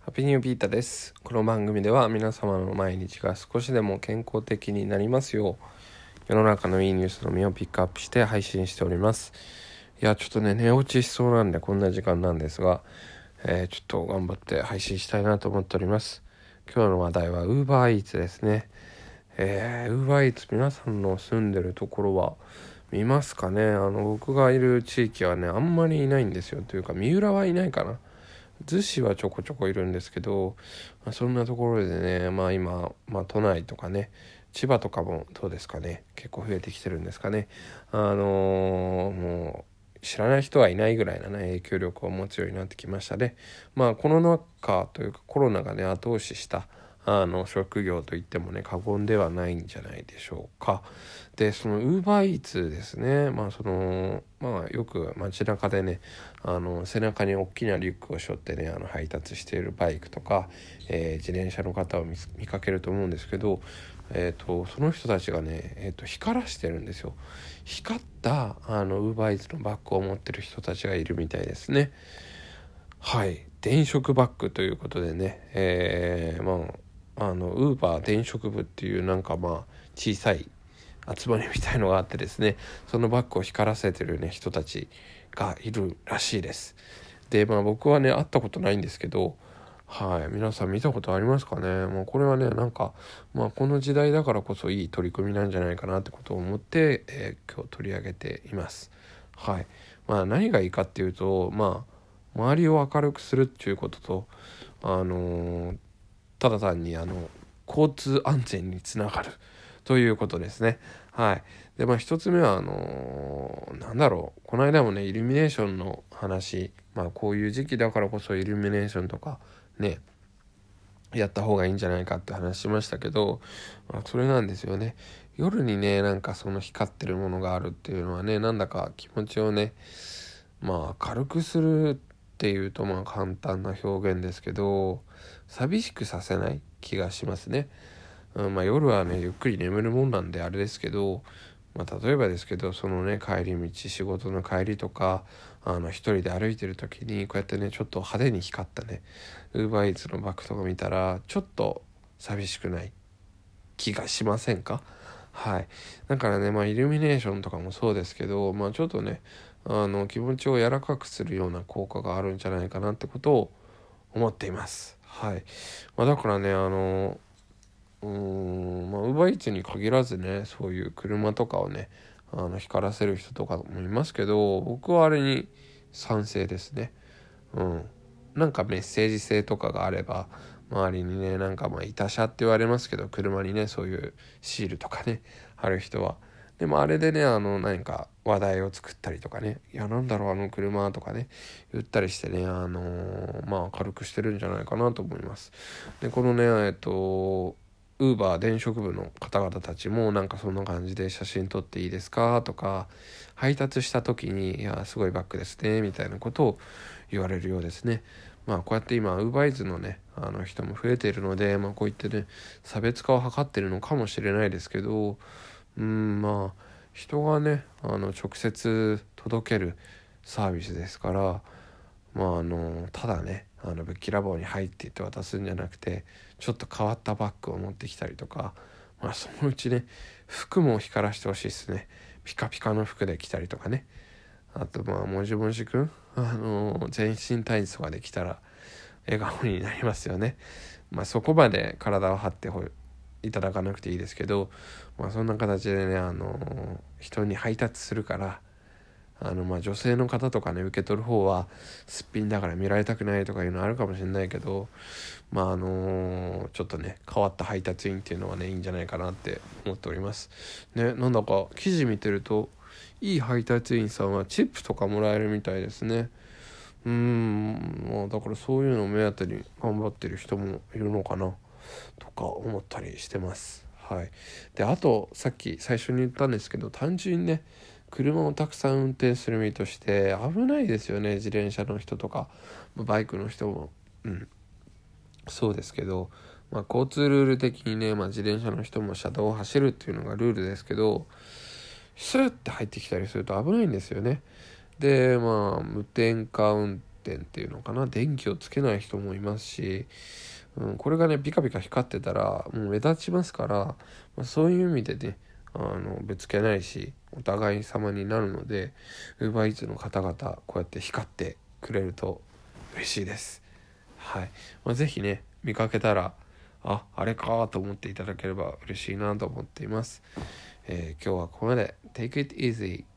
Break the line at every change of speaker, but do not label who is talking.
ハッピーニューピータです。この番組では皆様の毎日が少しでも健康的になりますよう、世の中のいいニュースのみをピックアップして配信しております。いや、ちょっとね、寝落ちしそうなんでこんな時間なんですが、ちょっと頑張って配信したいなと思っております。今日の話題は UberEats ですね。UberEats、皆さんの住んでるところは見ますかね。僕がいる地域はね、あんまりいないんですよ。というか、三浦はいないかな。逗子はちょこちょこいるんですけど、そんなところでね、今、都内とかね、千葉とかもどうですかね、結構増えてきてるんですかね。もう知らない人はいないぐらいなね、影響力を持つようになってきましたね。コロナ禍というかコロナがね、後押しした職業といってもね過言ではないんじゃないでしょうか。で、その UberEats ですね。よく街中でね、背中に大きなリュックを背負ってね、配達しているバイクとか、自転車の方を見かけると思うんですけど、その人たちがね、光らしてるんですよ。光ったUberEats のバッグを持ってる人たちがいるみたいですね。はい、電飾バッグということでね、ウーバー電飾部っていう小さい集まりみたいのがあってですね、そのバッグを光らせてるね人たちがいるらしいです。で、僕はね会ったことないんですけど、はい、皆さん見たことありますかね。もうこれはねこの時代だからこそいい取り組みなんじゃないかなってことを思って、今日取り上げています。はい、何がいいかっていうと、周りを明るくするっていうことと、ただ単に交通安全につながるということですね。はい。で、一つ目はこの間もねイルミネーションの話、こういう時期だからこそイルミネーションとかねやった方がいいんじゃないかって話しましたけど、それなんですよね。夜にねその光ってるものがあるっていうのはね、なんだか気持ちをね軽くするっていうと簡単な表現ですけど、寂しくさせない気がしますね。夜はねゆっくり眠るもんなんであれですけど、例えばですけど、そのね帰り道、仕事の帰りとか一人で歩いてる時にこうやってねちょっと派手に光ったねUberEatsのバッグとか見たらちょっと寂しくない気がしませんか？はい。だからね、イルミネーションとかもそうですけど、ちょっとね気持ちを柔らかくするような効果があるんじゃないかなってことを思っています。はい。だからねUberEatsに限らずね、そういう車とかをね光らせる人とかもいますけど、僕はあれに賛成ですね。メッセージ性とかがあれば、周りにねいた車って言われますけど、車にねそういうシールとかね貼る人は、でもあれでね何か話題を作ったりとかね、いやなんだろう車とかね言ったりしてね軽くしてるんじゃないかなと思います。で、このねウーバー電飾部の方々たちもそんな感じで写真撮っていいですかとか、配達した時にいやすごいバッグですねみたいなことを言われるようですね。こうやって今UberEatsのね人も増えているので、こういってね差別化を図っているのかもしれないですけど、人がね直接届けるサービスですから、ただねぶっきらぼうに入っていって渡すんじゃなくて、ちょっと変わったバッグを持ってきたりとか、そのうちね服も光らしてほしいですね。ピカピカの服で着たりとかね。あともじもじくん全身体操ができたら笑顔になりますよね。そこまで体を張っていただかなくていいですけど、そんな形でね人に配達するから、女性の方とかね受け取る方はすっぴんだから見られたくないとかいうのあるかもしれないけど、ちょっとね変わった配達員っていうのはねいいんじゃないかなって思っておりますね。なんだか記事見てると、いい配達員さんはチップとかもらえるみたいですね。だからそういうのを目当てに頑張ってる人もいるのかなとか思ったりしてます。はい。で、あとさっき最初に言ったんですけど、単純にね車をたくさん運転する身として危ないですよね。自転車の人とかバイクの人もそうですけど、交通ルール的にね、自転車の人も車道を走るっていうのがルールですけど、スーッて入ってきたりすると危ないんですよね。で無添加運点っていうのかな、電気をつけない人もいますし、これがねピカピカ光ってたらもう目立ちますから、そういう意味でねぶつけないしお互い様になるので、UberEatsの方々こうやって光ってくれると嬉しいです。はい、ぜひね見かけたらあれかと思っていただければ嬉しいなと思っています。今日はここまで。 Take it easy.